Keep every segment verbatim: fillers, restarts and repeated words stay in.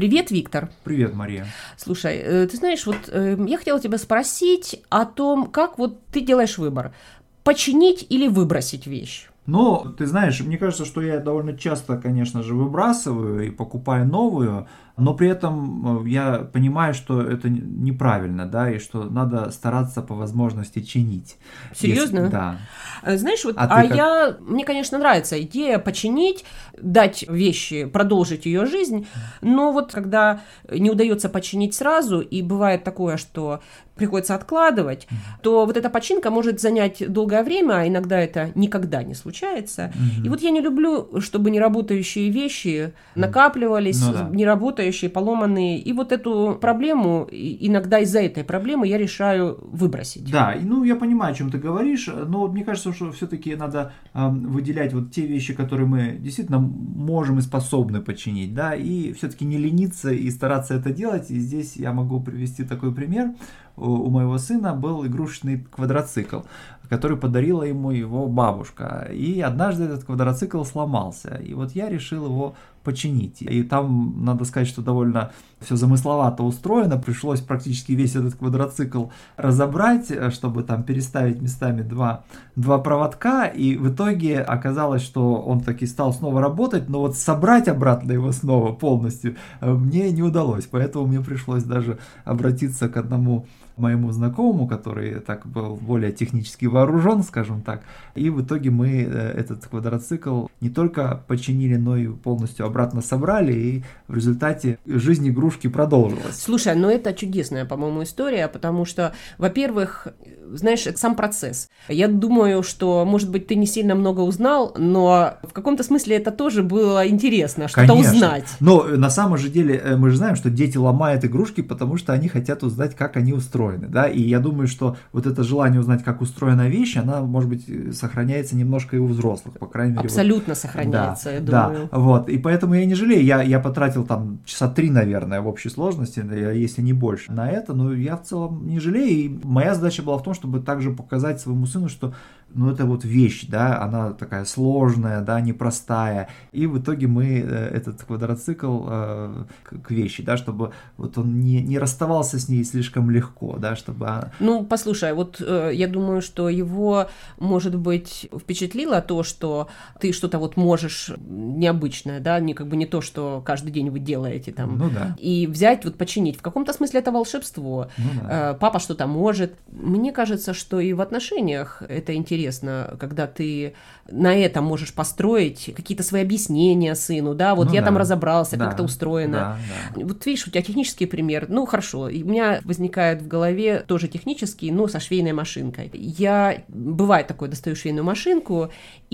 Привет, Виктор. Привет, Мария. Слушай, ты знаешь, вот я хотела тебя спросить о том, как вот ты делаешь выбор, починить или выбросить вещь? Ну, ты знаешь, мне кажется, что я довольно часто, конечно же, выбрасываю и покупаю новую, но при этом я понимаю, что это неправильно, да, и что надо стараться по возможности чинить. Серьезно? Если, да. Знаешь, вот, а, а как... я, мне, конечно, нравится идея починить, дать вещи, продолжить ее жизнь, но вот когда не удается починить сразу, и бывает такое, что приходится откладывать, то вот эта починка может занять долгое время, а иногда это никогда не случается. Mm-hmm. И вот я не люблю, чтобы неработающие вещи накапливались, ну, да. неработающие, поломанные. И вот эту проблему, иногда из-за этой проблемы я решаю выбросить. Да, ну я понимаю, о чем ты говоришь, но мне кажется, что все-таки надо э, выделять вот те вещи, которые мы действительно можем и способны починить, да, и все-таки не лениться и стараться это делать. И здесь я могу привести такой пример. У моего сына был игрушечный квадроцикл, который подарила ему его бабушка. И однажды этот квадроцикл сломался. И вот я решил его починить. И там, надо сказать, что довольно все замысловато устроено. Пришлось практически весь этот квадроцикл разобрать, чтобы там переставить местами два, два проводка. И в итоге оказалось, что он таки стал снова работать, но вот собрать обратно его снова полностью мне не удалось. Поэтому мне пришлось даже обратиться к одному моему знакомому, который так был более технически вооружен, скажем так. И в итоге мы этот квадроцикл не только починили, но и полностью обратно собрали, и в результате жизнь игрушки продолжилась. Слушай, ну это чудесная, по-моему, история, потому что, во-первых, знаешь, сам процесс. Я думаю, что, может быть, ты не сильно много узнал, но в каком-то смысле это тоже было интересно, что-то Конечно. узнать. Но на самом же деле мы же знаем, что дети ломают игрушки, потому что они хотят узнать, как они устроены, да, и я думаю, что вот это желание узнать, как устроена вещь, она, может быть, сохраняется немножко и у взрослых, по крайней мере. Абсолютно вот. сохраняется, да, я да, думаю. Вот, и поэтому я не жалею, я, я потратил там часа три, наверное, в общей сложности, если не больше, на это, но я в целом не жалею, и моя задача была в том, чтобы также показать своему сыну, что ну, это вот вещь, да, она такая сложная, да, непростая. И в итоге мы э, этот квадроцикл э, к, к вещи, да, чтобы вот он не, не расставался с ней слишком легко, да, чтобы... Ну, послушай, вот э, я думаю, что его, может быть, впечатлило то, что ты что-то вот можешь необычное, да, не как бы не то, что каждый день вы делаете там. Ну, да. И взять, вот починить. В каком-то смысле это волшебство. Ну, да. э, папа что-то может. Мне кажется, что и в отношениях это интересно. Интересно, когда ты на этом можешь построить какие-то свои объяснения сыну, да, вот ну я да. там разобрался, да. как это устроено. Да, да. Вот видишь, у тебя технический пример, ну хорошо, и у меня возникает в голове тоже технический, но со швейной машинкой. Я, бывает такое, достаю швейную машинку,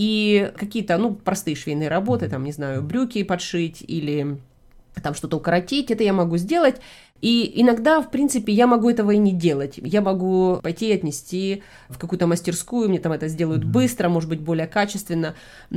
и какие-то, ну, простые швейные работы, там, не знаю, брюки подшить или там что-то укоротить, это я могу сделать. И иногда, в принципе, я могу этого и не делать. Я могу пойти и отнести в какую-то мастерскую, мне там это сделают mm-hmm. быстро, может быть, более качественно.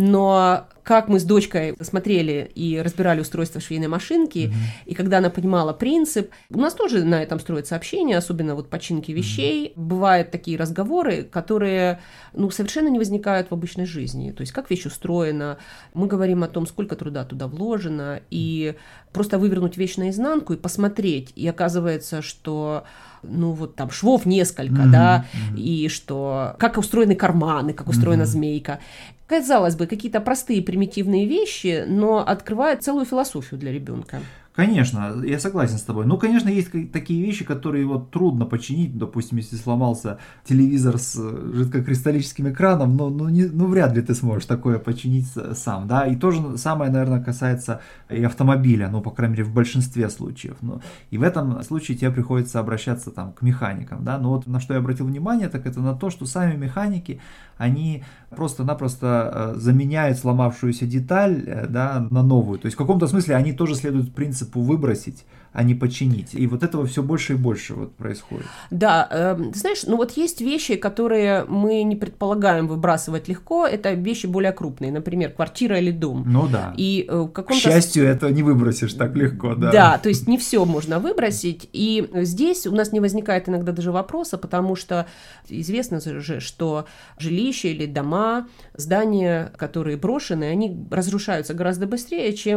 Но как мы с дочкой смотрели и разбирали устройство швейной машинки, mm-hmm. и когда она понимала принцип, у нас тоже на этом строится общение, особенно вот починки вещей. Mm-hmm. Бывают такие разговоры, которые, ну, совершенно не возникают в обычной жизни. То есть как вещь устроена, мы говорим о том, сколько труда туда вложено, и просто вывернуть вещь наизнанку и посмотреть. И оказывается, что, ну, вот там швов несколько, mm-hmm. да, mm-hmm. и что, как устроены карманы, как устроена mm-hmm. змейка. Казалось бы, какие-то простые примитивные вещи, но открывают целую философию для ребенка. Конечно, я согласен с тобой. Ну, конечно, есть такие вещи, которые вот трудно починить. Допустим, если сломался телевизор с жидкокристаллическим экраном, ну, ну, не, ну вряд ли ты сможешь такое починить сам, да. И то же самое, наверное, касается и автомобиля, ну, по крайней мере, в большинстве случаев. Ну, и в этом случае тебе приходится обращаться там к механикам, да. Но вот на что я обратил внимание, так это на то, что сами механики, они просто-напросто заменяют сломавшуюся деталь, да, на новую. То есть в каком-то смысле они тоже следуют принципу выбросить, а не починить. И вот этого все больше и больше вот происходит. Да, э, ты знаешь, ну вот есть вещи, которые мы не предполагаем выбрасывать легко, это вещи более крупные, например, квартира или дом. Ну да. И, э, в каком-то... К счастью, это не выбросишь так легко, да. Да, то есть не все можно выбросить, и здесь у нас не возникает иногда даже вопроса, потому что известно же, что жилища или дома, здания, которые брошены, они разрушаются гораздо быстрее, чем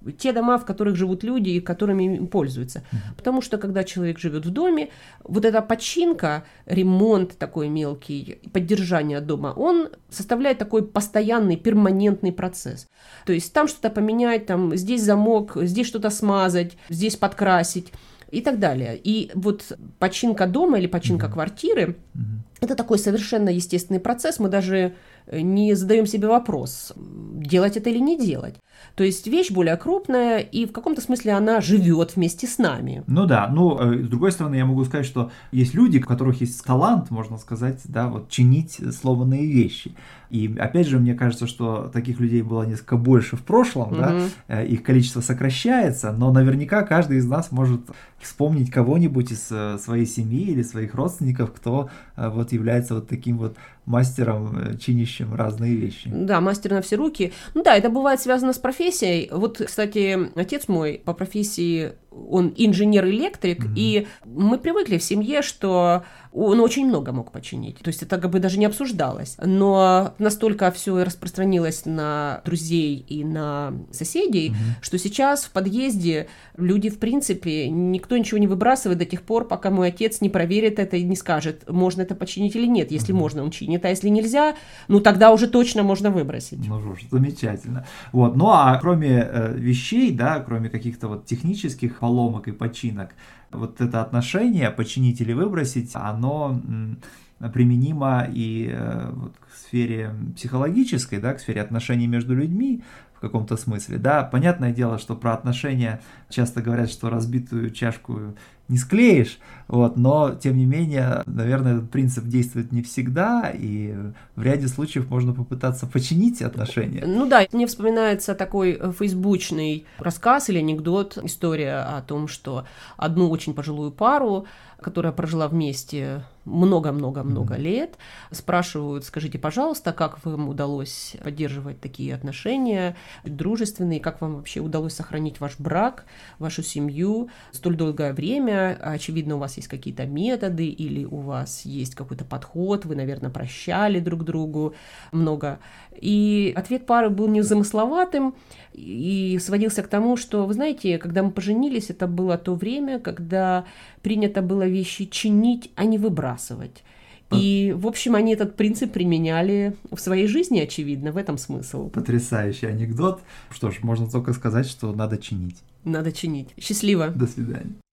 те дома, в которых живут люди и которыми им пользуются. Mm-hmm. Потому что, когда человек живет в доме, вот эта починка, ремонт такой мелкий, поддержание дома, он составляет такой постоянный, перманентный процесс. То есть там что-то поменять, там, здесь замок, здесь что-то смазать, здесь подкрасить и так далее. И вот починка дома или починка mm-hmm. квартиры mm-hmm. это такой совершенно естественный процесс. Мы даже не задаем себе вопрос, делать это или не делать. То есть вещь более крупная, и в каком-то смысле она живет вместе с нами. Ну да, ну, с другой стороны, я могу сказать, что есть люди, у которых есть талант, можно сказать, да, вот чинить сломанные вещи. И опять же, мне кажется, что таких людей было несколько больше в прошлом, mm-hmm. да, их количество сокращается, но наверняка каждый из нас может вспомнить кого-нибудь из своей семьи или своих родственников, кто вот является вот таким вот мастером, чинящим разные вещи. Да, мастер на все руки. Ну да, это бывает связано с профессией. Вот, кстати, отец мой по профессии, он инженер-электрик, mm-hmm. и мы привыкли в семье, что он очень много мог починить. То есть это как бы даже не обсуждалось. Но настолько все распространилось на друзей и на соседей, mm-hmm. что сейчас в подъезде люди, в принципе, никто ничего не выбрасывает до тех пор, пока мой отец не проверит это и не скажет, можно это починить или нет. Если mm-hmm. можно, он чинит, а если нельзя, ну тогда уже точно можно выбросить. Ну что ж, замечательно. Вот. Ну а кроме э, вещей, да, кроме каких-то вот технических поломок и починок, вот это отношение починить или выбросить, оно м, применимо и э, вот, к сфере психологической, да, к сфере отношений между людьми в каком-то смысле. Да, понятное дело, что про отношения часто говорят, что разбитую чашку не склеишь, вот, но, тем не менее, наверное, этот принцип действует не всегда, и в ряде случаев можно попытаться починить отношения. Ну да, мне вспоминается такой фейсбучный рассказ или анекдот, история о том, что одну очень пожилую пару, которая прожила вместе много-много-много mm-hmm. лет, спрашивают, скажите, пожалуйста, как вам удалось поддерживать такие отношения дружественные, как вам вообще удалось сохранить ваш брак, вашу семью столь долгое время, очевидно, у вас есть какие-то методы или у вас есть какой-то подход, вы, наверное, прощали друг другу много. И ответ пары был незамысловатым и сводился к тому, что, вы знаете, когда мы поженились, это было то время, когда принято было вещи чинить, а не выбрасывать. И, в общем, они этот принцип применяли в своей жизни, очевидно, в этом смысл. Потрясающий анекдот. Что ж, можно только сказать, что надо чинить. Надо чинить. Счастливо. До свидания.